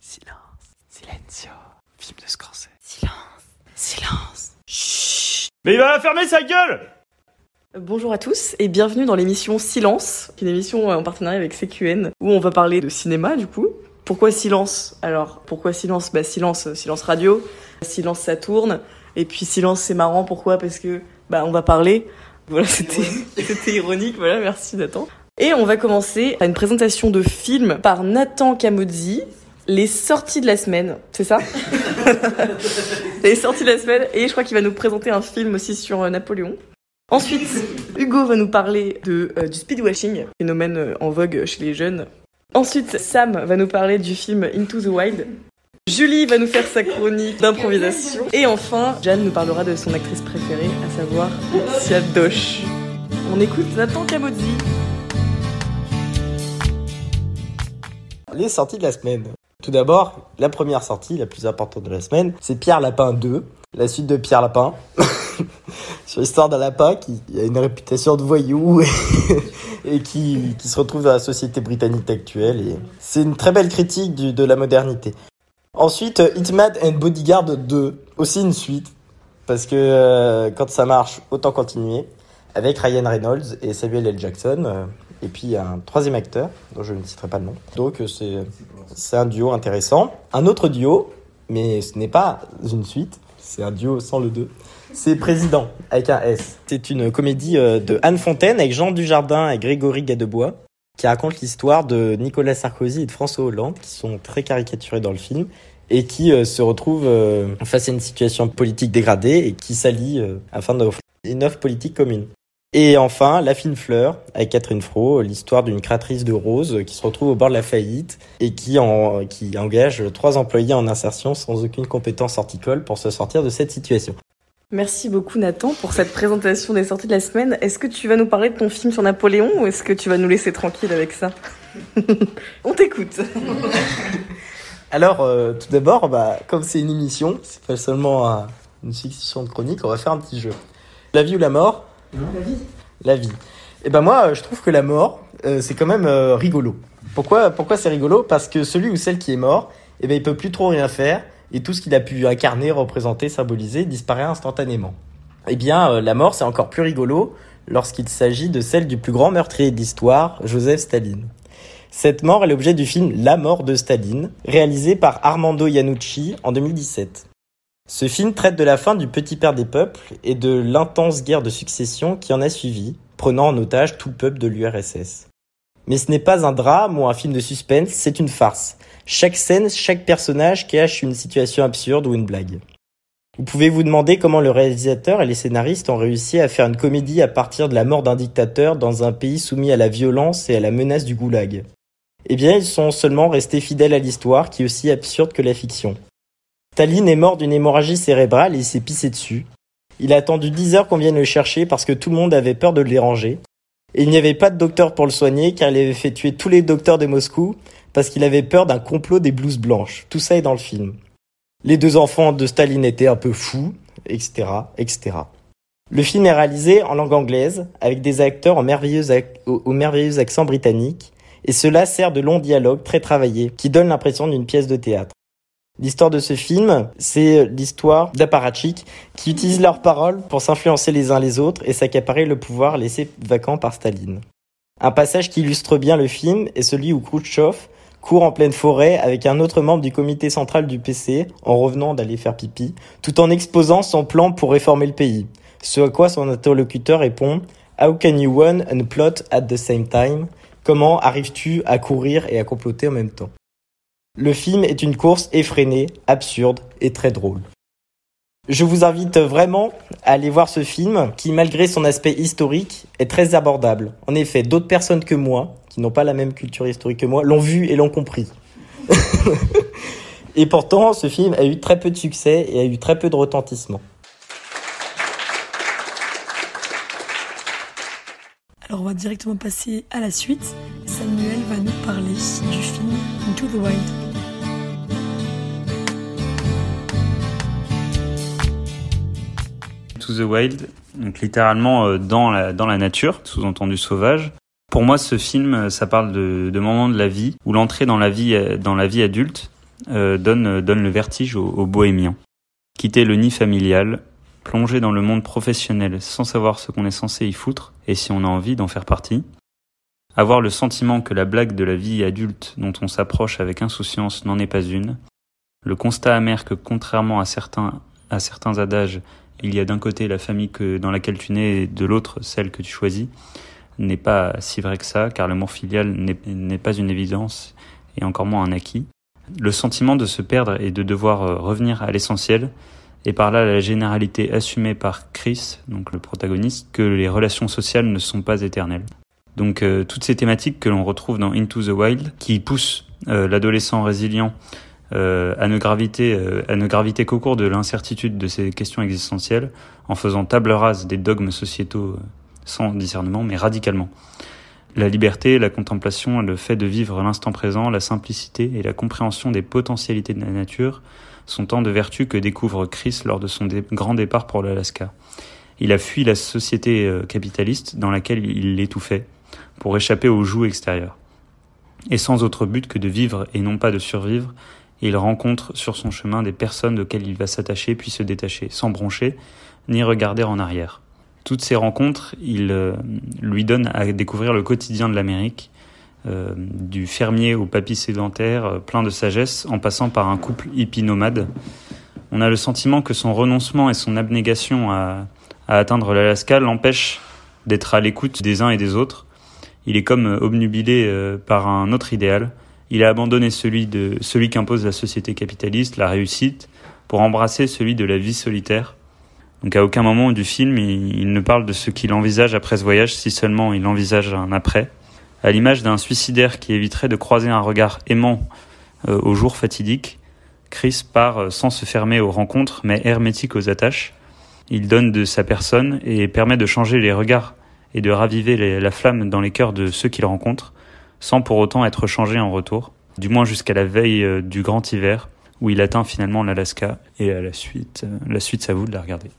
Silence. Silenzio. Film de Scorsese. Silence. Chut. Mais il va fermer sa gueule. Bonjour à tous et bienvenue dans l'émission Silence, qui est une émission en partenariat avec CQN, où on va parler de cinéma du coup. Pourquoi silence ? Alors, pourquoi silence ? Silence radio, silence ça tourne, et puis silence c'est marrant, pourquoi ? Parce que, on va parler. Voilà, c'était ironique, voilà, merci Nathan. Et on va commencer par une présentation de film par Nathan Camozzi, les sorties de la semaine, c'est ça ? Les sorties de la semaine, et je crois qu'il va nous présenter un film aussi sur Napoléon. Ensuite, Hugo va nous parler du speedwashing, phénomène en vogue chez les jeunes. Ensuite, Sam va nous parler du film Into the Wild. Julie va nous faire sa chronique d'improvisation. Et enfin, Jeanne nous parlera de son actrice préférée, à savoir Laetitia Doche. On écoute Nathan Camozzi. Les sorties de la semaine. Tout d'abord, la première sortie, la plus importante de la semaine, c'est Pierre Lapin 2, la suite de Pierre Lapin. Sur l'histoire d'un lapin qui a une réputation de voyou et qui se retrouve dans la société britannique actuelle. Et c'est une très belle critique de la modernité. Ensuite, Hitman and Bodyguard 2, aussi une suite, parce que quand ça marche, autant continuer, avec Ryan Reynolds et Samuel L. Jackson, et puis un troisième acteur, dont je ne citerai pas le nom. Donc c'est un duo intéressant. Un autre duo, mais ce n'est pas une suite, c'est un duo sans le 2. C'est Président, avec un S. C'est une comédie de Anne Fontaine avec Jean Dujardin et Grégory Gadebois, qui raconte l'histoire de Nicolas Sarkozy et de François Hollande, qui sont très caricaturés dans le film, et qui se retrouvent face à une situation politique dégradée et qui s'allient afin d'offrir une offre politique commune. Et enfin, La fine fleur, avec Catherine Fro, l'histoire d'une créatrice de roses qui se retrouve au bord de la faillite et qui engage 3 employés en insertion sans aucune compétence horticole pour se sortir de cette situation. Merci beaucoup Nathan pour cette présentation des sorties de la semaine. Est-ce que tu vas nous parler de ton film sur Napoléon ou est-ce que tu vas nous laisser tranquille avec ça ? On t'écoute. Alors, tout d'abord, comme c'est une émission, c'est pas seulement une succession de chroniques, on va faire un petit jeu. La vie ou la mort ? La vie. Et moi, je trouve que la mort, c'est quand même rigolo. Pourquoi c'est rigolo ? Parce que celui ou celle qui est mort, il peut plus trop rien faire. Et tout ce qu'il a pu incarner, représenter, symboliser disparaît instantanément. La mort, c'est encore plus rigolo lorsqu'il s'agit de celle du plus grand meurtrier de l'histoire, Joseph Staline. Cette mort est l'objet du film La mort de Staline, réalisé par Armando Iannucci en 2017. Ce film traite de la fin du petit père des peuples et de l'intense guerre de succession qui en a suivi, prenant en otage tout le peuple de l'URSS. Mais ce n'est pas un drame ou un film de suspense, c'est une farce. Chaque scène, chaque personnage cache une situation absurde ou une blague. Vous pouvez vous demander comment le réalisateur et les scénaristes ont réussi à faire une comédie à partir de la mort d'un dictateur dans un pays soumis à la violence et à la menace du goulag. Ils sont seulement restés fidèles à l'histoire qui est aussi absurde que la fiction. Staline est mort d'une hémorragie cérébrale et il s'est pissé dessus. Il a attendu 10 heures qu'on vienne le chercher parce que tout le monde avait peur de le déranger. Et il n'y avait pas de docteur pour le soigner car il avait fait tuer tous les docteurs de Moscou parce qu'il avait peur d'un complot des blouses blanches. Tout ça est dans le film. Les 2 enfants de Staline étaient un peu fous, etc., etc. Le film est réalisé en langue anglaise avec des acteurs au merveilleux accent britannique et cela sert de longs dialogues très travaillés qui donnent l'impression d'une pièce de théâtre. L'histoire de ce film, c'est l'histoire d'apparatchiks qui utilisent leurs paroles pour s'influencer les uns les autres et s'accaparer le pouvoir laissé vacant par Staline. Un passage qui illustre bien le film est celui où Khrouchtchev court en pleine forêt avec un autre membre du comité central du PC en revenant d'aller faire pipi, tout en exposant son plan pour réformer le pays. Ce à quoi son interlocuteur répond « How can you run and plot at the same time ?» Comment arrives-tu à courir et à comploter en même temps ? Le film est une course effrénée, absurde et très drôle. Je vous invite vraiment à aller voir ce film qui, malgré son aspect historique, est très abordable. En effet, d'autres personnes que moi, qui n'ont pas la même culture historique que moi, l'ont vu et l'ont compris. Et pourtant, ce film a eu très peu de succès et a eu très peu de retentissement. Alors on va directement passer à la suite. Samuel va nous parler du film Into the Wild. Into the Wild, donc littéralement dans la nature, sous-entendu sauvage. Pour moi, ce film, ça parle de moments de la vie, où l'entrée dans la vie adulte donne le vertige aux bohémiens. Quitter le nid familial, plonger dans le monde professionnel sans savoir ce qu'on est censé y foutre et si on a envie d'en faire partie. Avoir le sentiment que la blague de la vie adulte dont on s'approche avec insouciance n'en est pas une. Le constat amer que contrairement à certains adages, il y a d'un côté la famille dans laquelle tu nais et de l'autre celle que tu choisis, n'est pas si vrai que ça, car l'amour filial n'est pas une évidence et encore moins un acquis. Le sentiment de se perdre et de devoir revenir à l'essentiel, et par là la généralité assumée par Chris, donc le protagoniste, que les relations sociales ne sont pas éternelles. Donc toutes ces thématiques que l'on retrouve dans Into the Wild, qui poussent l'adolescent résilient à ne graviter qu'au cours de l'incertitude de ces questions existentielles, en faisant table rase des dogmes sociétaux sans discernement, mais radicalement. La liberté, la contemplation, le fait de vivre l'instant présent, la simplicité et la compréhension des potentialités de la nature sont tant de vertus que découvre Chris lors de son grand départ pour l'Alaska. Il a fui la société capitaliste dans laquelle il l'étouffait pour échapper aux joues extérieures. Et sans autre but que de vivre et non pas de survivre, il rencontre sur son chemin des personnes auxquelles il va s'attacher puis se détacher, sans broncher ni regarder en arrière. Toutes ces rencontres, lui donnent à découvrir le quotidien de l'Amérique, du fermier au papy sédentaire, plein de sagesse, en passant par un couple hippie nomade. On a le sentiment que son renoncement et son abnégation à atteindre l'Alaska l'empêchent d'être à l'écoute des uns et des autres. Il est comme obnubilé par un autre idéal. Il a abandonné celui qu'impose la société capitaliste, la réussite, pour embrasser celui de la vie solitaire. Donc à aucun moment du film, il ne parle de ce qu'il envisage après ce voyage, si seulement il envisage un après. À l'image d'un suicidaire qui éviterait de croiser un regard aimant au jour fatidique, Chris part sans se fermer aux rencontres, mais hermétique aux attaches. Il donne de sa personne et permet de changer les regards et de raviver la flamme dans les cœurs de ceux qu'il rencontre, sans pour autant être changé en retour, du moins jusqu'à la veille du grand hiver, où il atteint finalement l'Alaska, et à la suite, c'est à vous de la regarder.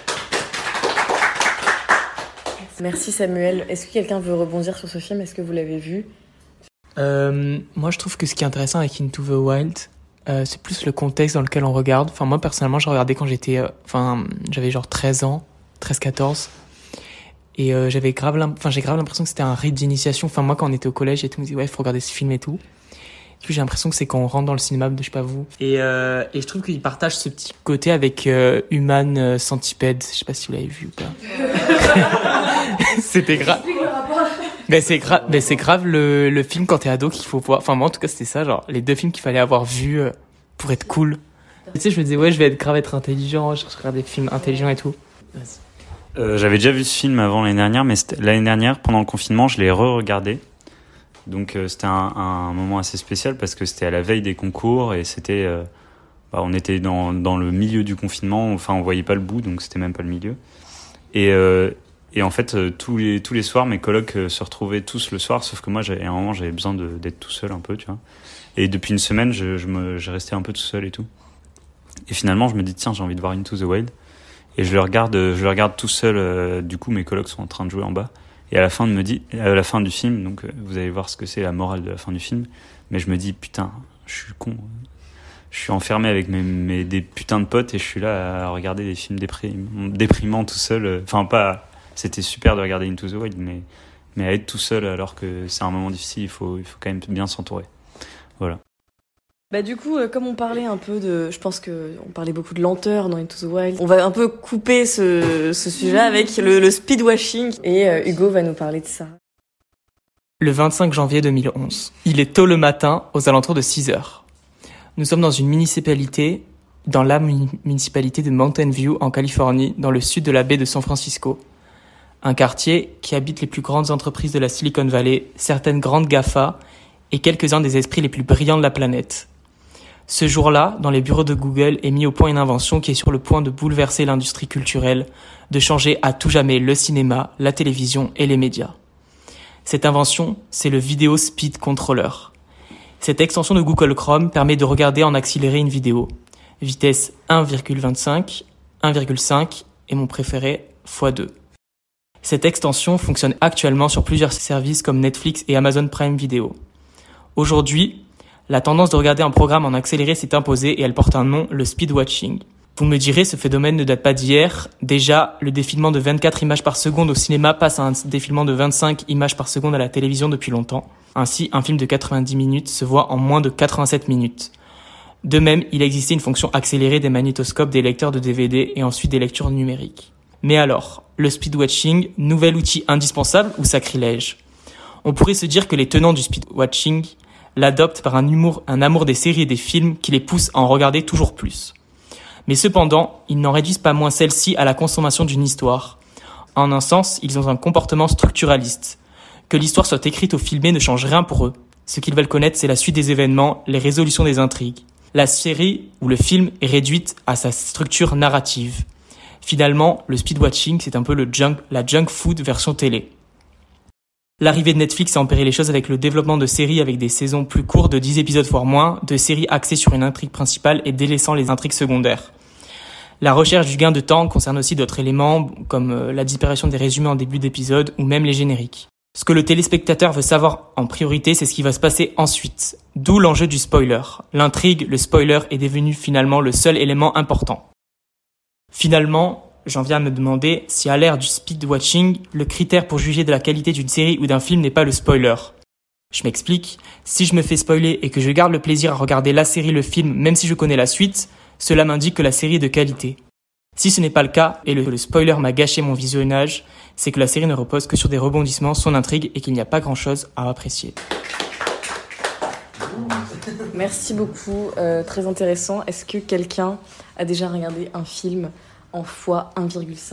Merci Samuel. Est-ce que quelqu'un veut rebondir sur ce film ? Est-ce que vous l'avez vu ? Moi, je trouve que ce qui est intéressant avec Into the Wild, c'est plus le contexte dans lequel on regarde. Enfin, moi, personnellement, je regardais quand j'avais genre 13-14. Et j'ai grave l'impression que c'était un rite d'initiation. Enfin, moi, quand on était au collège et tout, on me disait, ouais, faut regarder ce film et tout. Du coup, j'ai l'impression que c'est quand on rentre dans le cinéma, je sais pas vous. Et je trouve qu'il partage ce petit côté avec Human Centipede. Je sais pas si vous l'avez vu ou pas. C'était grave. Mais c'est grave le film quand t'es ado qu'il faut voir. Enfin, moi, en tout cas, c'était ça, genre, les deux films qu'il fallait avoir vus pour être cool. Tu sais, je me disais, ouais, je vais être intelligent, je regarde des films intelligents et tout. Vas-y. J'avais déjà vu ce film avant l'année dernière, mais l'année dernière, pendant le confinement, je l'ai re-regardé. Donc c'était un moment assez spécial parce que c'était à la veille des concours et c'était, on était dans le milieu du confinement, enfin on voyait pas le bout, donc c'était même pas le milieu. Et en fait tous les soirs mes colocs se retrouvaient tous le soir, sauf que moi à un moment j'avais besoin d'être tout seul un peu, tu vois. Et depuis une semaine j'ai resté un peu tout seul et tout. Et finalement je me dis tiens j'ai envie de voir Into the Wild et je le regarde tout seul. Du coup mes colocs sont en train de jouer en bas. Et à la fin du film, donc vous allez voir ce que c'est la morale de la fin du film, mais je me dis putain, je suis con, je suis enfermé avec des putains de potes et je suis là à regarder des films déprimants tout seul. Enfin pas, c'était super de regarder Into the Wild, mais à être tout seul alors que c'est un moment difficile, il faut quand même bien s'entourer. Voilà. Bah du coup, comme on parlait un peu je pense qu'on parlait beaucoup de lenteur dans Into the Wild, on va un peu couper ce sujet avec le speedwashing et Hugo va nous parler de ça. Le 25 janvier 2011. Il est tôt le matin, aux alentours de 6h. Nous sommes dans la municipalité de Mountain View en Californie, dans le sud de la baie de San Francisco. Un quartier qui habite les plus grandes entreprises de la Silicon Valley, certaines grandes GAFA et quelques-uns des esprits les plus brillants de la planète. Ce jour-là, dans les bureaux de Google, est mis au point une invention qui est sur le point de bouleverser l'industrie culturelle, de changer à tout jamais le cinéma, la télévision et les médias. Cette invention, c'est le Video Speed Controller. Cette extension de Google Chrome permet de regarder en accéléré une vidéo. Vitesse 1,25, 1,5 et mon préféré, x2. Cette extension fonctionne actuellement sur plusieurs services comme Netflix et Amazon Prime Video. Aujourd'hui, La tendance de regarder un programme en accéléré s'est imposée et elle porte un nom, le speedwatching. Vous me direz, ce phénomène ne date pas d'hier. Déjà, le défilement de 24 images par seconde au cinéma passe à un défilement de 25 images par seconde à la télévision depuis longtemps. Ainsi, un film de 90 minutes se voit en moins de 87 minutes. De même, il existait une fonction accélérée des magnétoscopes des lecteurs de DVD et ensuite des lectures numériques. Mais alors, le speedwatching, nouvel outil indispensable ou sacrilège ? On pourrait se dire que les tenants du speedwatching l'adoptent par un amour des séries et des films qui les pousse à en regarder toujours plus. Mais cependant, ils n'en réduisent pas moins celle-ci à la consommation d'une histoire. En un sens, ils ont un comportement structuraliste. Que l'histoire soit écrite ou filmée ne change rien pour eux. Ce qu'ils veulent connaître, c'est la suite des événements, les résolutions des intrigues. La série ou le film est réduite à sa structure narrative. Finalement, le speedwatching, c'est un peu la junk food version télé. L'arrivée de Netflix a empiré les choses avec le développement de séries avec des saisons plus courtes de 10 épisodes voire moins, de séries axées sur une intrigue principale et délaissant les intrigues secondaires. La recherche du gain de temps concerne aussi d'autres éléments comme la disparition des résumés en début d'épisode ou même les génériques. Ce que le téléspectateur veut savoir en priorité, c'est ce qui va se passer ensuite. D'où l'enjeu du spoiler. L'intrigue, le spoiler est devenu finalement le seul élément important. Finalement, j'en viens à me demander si à l'ère du speedwatching, le critère pour juger de la qualité d'une série ou d'un film n'est pas le spoiler. Je m'explique, si je me fais spoiler et que je garde le plaisir à regarder la série, le film, même si je connais la suite, cela m'indique que la série est de qualité. Si ce n'est pas le cas et le spoiler m'a gâché mon visionnage, c'est que la série ne repose que sur des rebondissements, son intrigue et qu'il n'y a pas grand-chose à apprécier. Merci beaucoup, très intéressant. Est-ce que quelqu'un a déjà regardé un film en x1,5 ?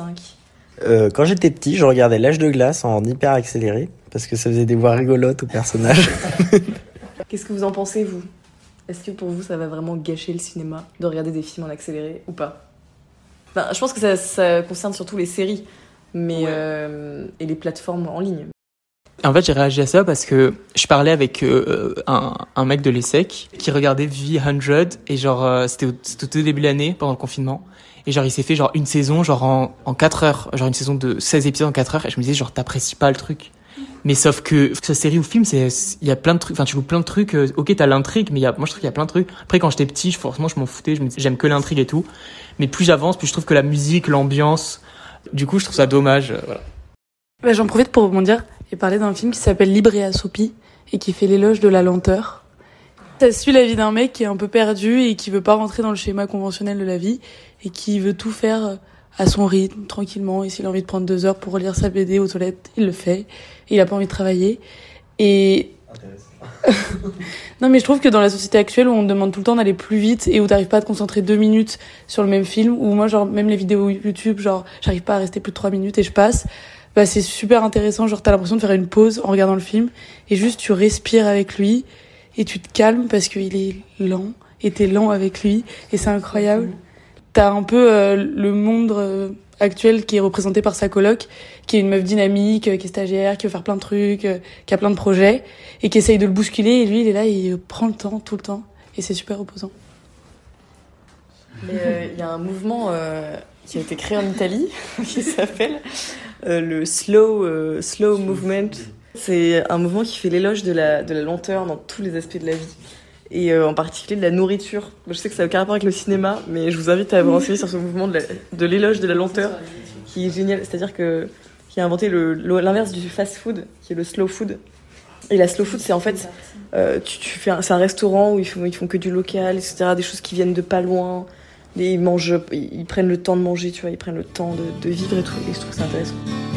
Quand j'étais petit, je regardais L'Âge de glace en hyper accéléré parce que ça faisait des voix rigolotes aux personnages. Qu'est-ce que vous en pensez, vous ? Est-ce que pour vous, ça va vraiment gâcher le cinéma de regarder des films en accéléré ou pas ? Enfin, je pense que ça concerne surtout les séries mais et les plateformes en ligne. En fait, j'ai réagi à ça parce que je parlais avec un mec de l'ESSEC qui regardait V100 et genre c'était au tout début de l'année pendant le confinement et genre il s'est fait genre une saison genre en 4 heures, genre une saison de 16 épisodes en 4 heures et je me disais genre t'apprécies pas le truc. Mais sauf que ce série ou film, il y a plein de trucs, enfin tu loues plein de trucs, ok t'as l'intrigue mais moi je trouve qu'il y a plein de trucs. Après quand j'étais petit, forcément je m'en foutais, je me disais j'aime que l'intrigue et tout. Mais plus j'avance, plus je trouve que la musique, l'ambiance, du coup je trouve ça dommage, voilà. Bah, j'en profite pour rebondir et parler d'un film qui s'appelle Libre et assoupi et qui fait l'éloge de la lenteur. Ça suit la vie d'un mec qui est un peu perdu et qui veut pas rentrer dans le schéma conventionnel de la vie et qui veut tout faire à son rythme, tranquillement. Et s'il a envie de prendre 2 heures pour relire sa BD aux toilettes, il le fait. Et il a pas envie de travailler. Et non, mais je trouve que dans la société actuelle où on te demande tout le temps d'aller plus vite et où t'arrives pas à te concentrer 2 minutes sur le même film, ou moi genre même les vidéos YouTube, genre j'arrive pas à rester plus de 3 minutes et je passe. Bah, c'est super intéressant, genre t'as l'impression de faire une pause en regardant le film et juste tu respires avec lui et tu te calmes parce qu'il est lent et t'es lent avec lui et c'est incroyable. T'as un peu le monde actuel qui est représenté par sa coloc, qui est une meuf dynamique, qui est stagiaire, qui veut faire plein de trucs, qui a plein de projets et qui essaye de le bousculer et lui il est là, il prend le temps, tout le temps et c'est super reposant. Mais il y a un mouvement qui a été créé en Italie qui s'appelle le slow movement. C'est un mouvement qui fait l'éloge de la lenteur dans tous les aspects de la vie et en particulier de la nourriture. Je sais que ça n'a aucun rapport avec le cinéma, mais je vous invite à vous renseigner sur ce mouvement de l'éloge de la lenteur qui est génial. C'est-à-dire qui a inventé l'inverse du fast food, qui est le slow food. Et la slow food, c'est en fait c'est un restaurant où ils font que du local, etc. Des choses qui viennent de pas loin. Et ils prennent le temps de manger, tu vois, ils prennent le temps de vivre et tout. Et je trouve que c'est intéressant.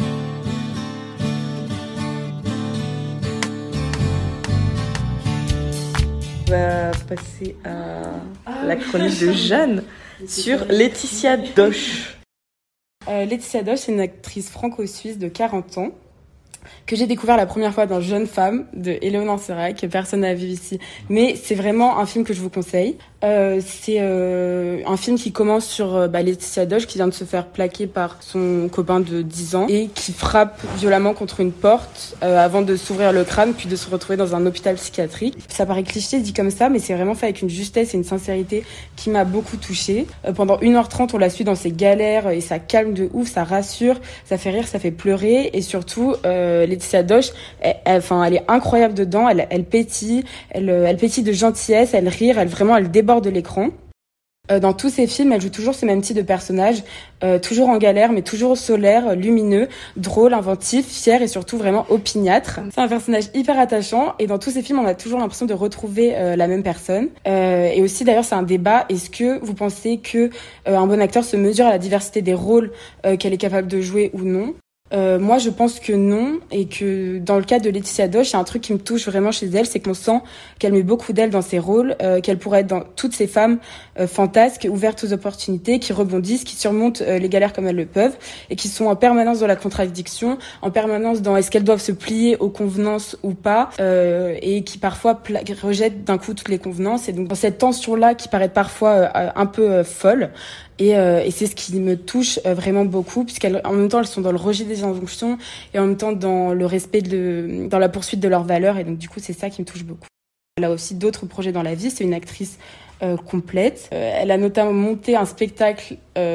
On va passer à la chronique de Jeanne sur Laetitia Doche. Laetitia Doche, c'est une actrice franco-suisse de 40 ans que j'ai découvert la première fois dans Jeune femme de Éléonore Serra, que personne n'a vu ici. Mais c'est vraiment un film que je vous conseille. C'est un film qui commence sur Laetitia Doche qui vient de se faire plaquer par son copain de 10 ans et qui frappe violemment contre une porte avant de s'ouvrir le crâne puis de se retrouver dans un hôpital psychiatrique. Ça paraît cliché dit comme ça, mais c'est vraiment fait avec une justesse et une sincérité qui m'a beaucoup touchée. Pendant 1h30, on la suit dans ses galères et ça calme de ouf, ça rassure, ça fait rire, ça fait pleurer et surtout Laetitia Doche, elle est incroyable dedans, elle pétille, elle pétille de gentillesse, elle rit, elle déborde de l'écran. Dans tous ses films, elle joue toujours ce même type de personnage, toujours en galère, mais toujours solaire, lumineux, drôle, inventif, fier et surtout vraiment opiniâtre. C'est un personnage hyper attachant et dans tous ses films, on a toujours l'impression de retrouver la même personne. Et aussi, d'ailleurs, c'est un débat. Est-ce que vous pensez que un bon acteur se mesure à la diversité des rôles qu'elle est capable de jouer ou non ? Moi, je pense que non, et que dans le cas de Laetitia Doche, il y a un truc qui me touche vraiment chez elle, c'est qu'on sent qu'elle met beaucoup d'elle dans ses rôles, qu'elle pourrait être dans toutes ces femmes fantasques, ouvertes aux opportunités, qui rebondissent, qui surmontent les galères comme elles le peuvent, et qui sont en permanence dans la contradiction, en permanence dans est-ce qu'elles doivent se plier aux convenances ou pas, et qui parfois rejettent d'un coup toutes les convenances. Et donc dans cette tension-là qui paraît parfois un peu folle, et c'est ce qui me touche vraiment beaucoup, puisqu'en même temps elles sont dans le rejet des injonctions et en même temps dans le respect dans la poursuite de leurs valeurs, et donc du coup c'est ça qui me touche beaucoup. Elle a aussi d'autres projets dans la vie, c'est une actrice complète. Elle a notamment monté un spectacle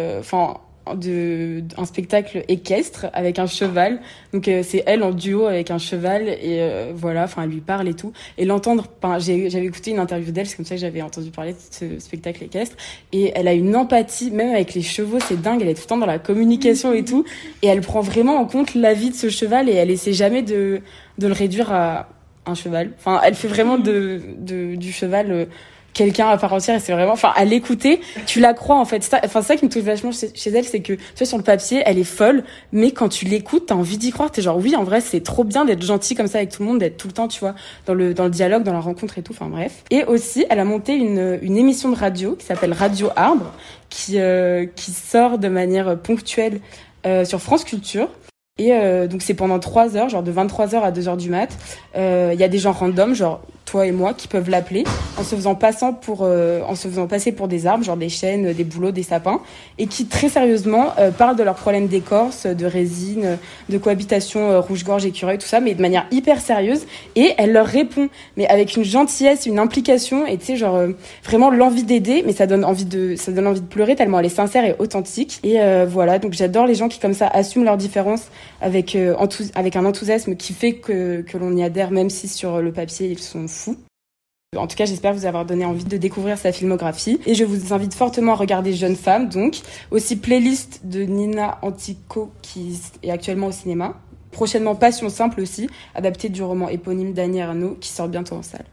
un spectacle équestre avec un cheval, donc c'est elle en duo avec un cheval et elle lui parle et tout, et l'entendre, j'avais écouté une interview d'elle, c'est comme ça que j'avais entendu parler de ce spectacle équestre, et elle a une empathie même avec les chevaux, c'est dingue, elle est tout le temps dans la communication et tout, et elle prend vraiment en compte la vie de ce cheval et elle essaie jamais de le réduire à un cheval, elle fait vraiment du cheval quelqu'un à part entière, et c'est vraiment, à l'écouter, tu la crois, en fait. Ça qui me touche vachement chez elle, c'est que, tu vois, sur le papier, elle est folle, mais quand tu l'écoutes, t'as envie d'y croire, t'es genre, oui, en vrai, c'est trop bien d'être gentil comme ça avec tout le monde, d'être tout le temps, tu vois, dans le dialogue, dans la rencontre et tout, bref. Et aussi, elle a monté une émission de radio qui s'appelle Radio Arbre, qui sort de manière ponctuelle, sur France Culture. Et donc c'est pendant 3 heures, genre de 23h à 2h du mat. Il y a des gens random, genre toi et moi, qui peuvent l'appeler en se faisant passer pour des arbres, genre des chênes, des bouleaux, des sapins, et qui très sérieusement parlent de leurs problèmes d'écorce, de résine, de cohabitation rouge-gorge, écureuil, tout ça, mais de manière hyper sérieuse. Et elle leur répond, mais avec une gentillesse, une implication, et tu sais, genre vraiment l'envie d'aider, mais ça donne envie de pleurer tellement elle est sincère et authentique. Et voilà, donc j'adore les gens qui comme ça assument leurs différences avec un enthousiasme qui fait que l'on y adhère, même si sur le papier ils sont fous. En tout cas, j'espère vous avoir donné envie de découvrir sa filmographie, et je vous invite fortement à regarder Jeune Femme, donc aussi Playlist de Nina Antico qui est actuellement au cinéma, prochainement Passion Simple aussi, adapté du roman éponyme d'Annie Ernaux qui sort bientôt en salle.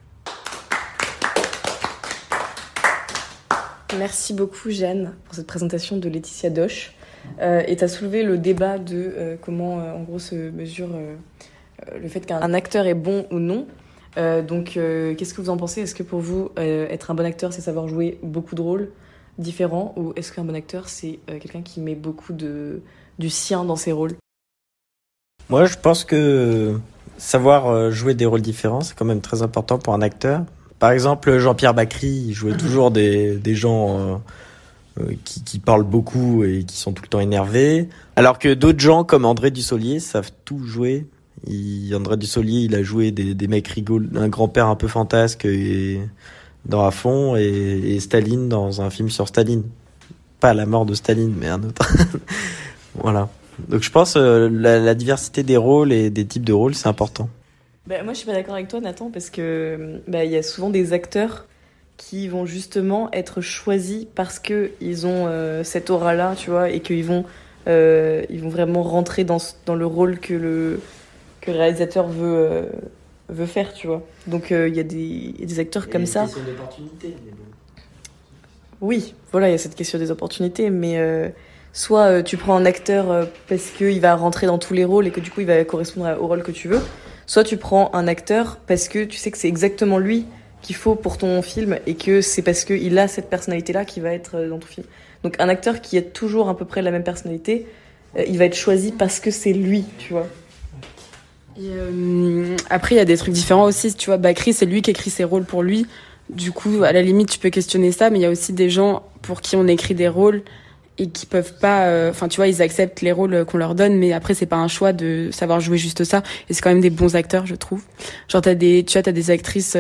Merci beaucoup Jeanne pour cette présentation de Laetitia Doche. Et tu as soulevé le débat de comment en gros se mesure le fait qu'un acteur est bon ou non. Donc qu'est-ce que vous en pensez ? Est-ce que pour vous être un bon acteur c'est savoir jouer beaucoup de rôles différents, ou est-ce qu'un bon acteur c'est quelqu'un qui met beaucoup du sien dans ses rôles ? Moi je pense que savoir jouer des rôles différents c'est quand même très important pour un acteur. Par exemple Jean-Pierre Bacry, il jouait toujours des gens qui parlent beaucoup et qui sont tout le temps énervés, alors que d'autres gens comme André Dussolier savent tout jouer. André Dussolier, il a joué des mecs rigolos, un grand-père un peu fantasque dans À fond, et Staline dans un film sur Staline. Pas la mort de Staline, mais un autre. Voilà. Donc je pense la diversité des rôles et des types de rôles, c'est important. Moi je suis pas d'accord avec toi Nathan, parce que y a souvent des acteurs qui vont justement être choisis parce que ils ont cette aura-là, tu vois, et qu'ils vont vraiment rentrer dans le rôle que le réalisateur veut faire, tu vois. Donc il y a des acteurs comme ça. C'est une question d'opportunité, mais bon. Oui, voilà, il y a cette question des opportunités, mais soit tu prends un acteur parce qu'il va rentrer dans tous les rôles et que du coup il va correspondre au rôle que tu veux, soit tu prends un acteur parce que tu sais que c'est exactement lui qu'il faut pour ton film et que c'est parce qu'il a cette personnalité-là qui va être dans ton film. Donc un acteur qui a toujours à peu près la même personnalité, il va être choisi parce que c'est lui, tu vois. Et après, il y a des trucs différents aussi. Tu vois, Bacri, c'est lui qui écrit ses rôles pour lui. Du coup, à la limite, tu peux questionner ça, mais il y a aussi des gens pour qui on écrit des rôles et qui peuvent pas, enfin, tu vois, ils acceptent les rôles qu'on leur donne, mais après, c'est pas un choix de savoir jouer juste ça. Et c'est quand même des bons acteurs, je trouve. Genre, t'as des actrices,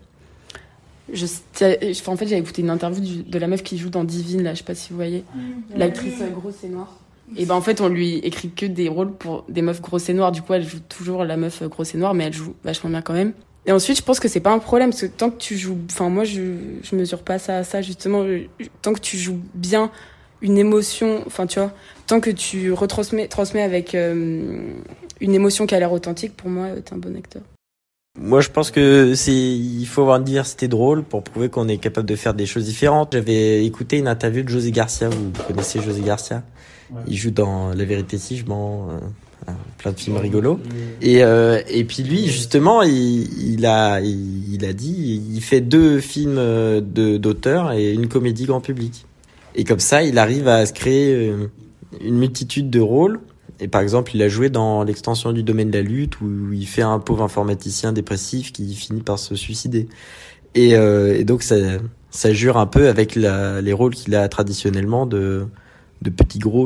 en fait, j'avais écouté une interview de la meuf qui joue dans Divine, là, je sais pas si vous voyez. L'actrice grosse et noire. Et ben, en fait, on lui écrit que des rôles pour des meufs grosses et noires. Du coup, elle joue toujours la meuf grosse et noire, mais elle joue vachement bien quand même. Et ensuite, je pense que c'est pas un problème, parce que tant que tu joues, enfin, moi, je mesure pas ça à ça, justement. Tant que tu joues bien une émotion, enfin, tu vois, tant que tu transmets avec une émotion qui a l'air authentique, pour moi, t'es un bon acteur. Moi, je pense que il faut avoir une diversité de rôles pour prouver qu'on est capable de faire des choses différentes. J'avais écouté une interview de José Garcia. Vous connaissez José Garcia? Ouais. Il joue dans La Vérité si je mens, plein de films rigolos. Et puis lui, justement, il a dit, il fait 2 films d'auteur et une comédie grand public. Et comme ça, il arrive à se créer une multitude de rôles. Et par exemple, il a joué dans l'extension du Domaine de la lutte où il fait un pauvre informaticien dépressif qui finit par se suicider. Et donc ça jure un peu avec les rôles qu'il a traditionnellement de petit gros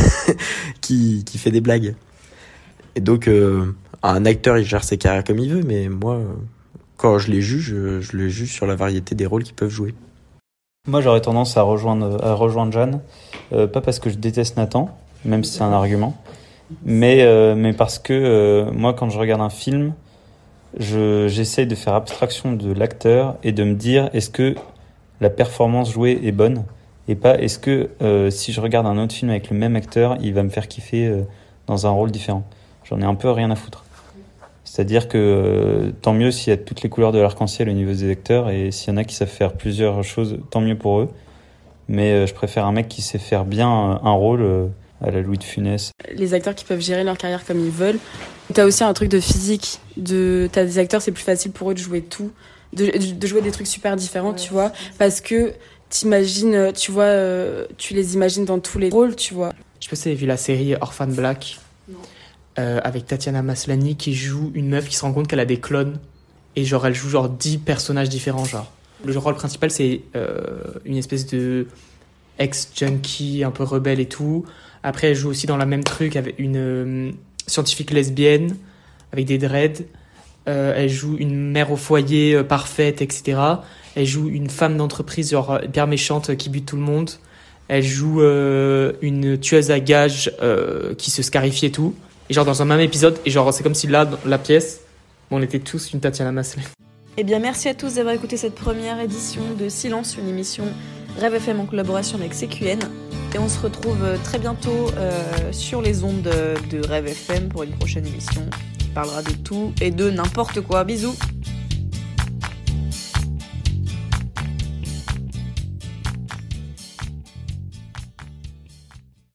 qui fait des blagues. Et donc un acteur il gère ses carrières comme il veut, mais moi quand je les juge, je les juge sur la variété des rôles qu'ils peuvent jouer. Moi j'aurais tendance à rejoindre Jeanne, pas parce que je déteste Nathan, même si c'est un argument, mais parce que moi quand je regarde un film, j'essaye de faire abstraction de l'acteur et de me dire est-ce que la performance jouée est bonne, et pas est-ce que si je regarde un autre film avec le même acteur, il va me faire kiffer dans un rôle différent. J'en ai un peu rien à foutre. C'est-à-dire que tant mieux s'il y a toutes les couleurs de l'arc-en-ciel au niveau des acteurs, et s'il y en a qui savent faire plusieurs choses, tant mieux pour eux. Mais je préfère un mec qui sait faire bien un rôle à la Louis de Funès. Les acteurs qui peuvent gérer leur carrière comme ils veulent. T'as aussi un truc de physique. T'as des acteurs, c'est plus facile pour eux de jouer tout, de jouer des trucs super différents, tu vois, parce que t'imagines, tu vois, tu les imagines dans tous les rôles, tu vois. Je sais pas si vous avez vu la série Orphan Black. Non. Avec Tatiana Maslany qui joue une meuf qui se rend compte qu'elle a des clones et genre elle joue genre 10 personnages différents genre. Le rôle principal c'est une espèce de ex-junkie un peu rebelle et tout. Après elle joue aussi dans la même truc avec une scientifique lesbienne avec des dreads. Elle joue une mère au foyer parfaite, etc. Elle joue une femme d'entreprise genre hyper méchante qui bute tout le monde. Elle joue une tueuse à gages qui se scarifie et tout. Et genre dans un même épisode, et genre c'est comme si là, dans la pièce, on était tous une Tatiana Maslany. Eh bien merci à tous d'avoir écouté cette première édition de Silence, une émission Rêve FM en collaboration avec CQN. Et on se retrouve très bientôt sur les ondes de Rêve FM pour une prochaine émission qui parlera de tout et de n'importe quoi. Bisous.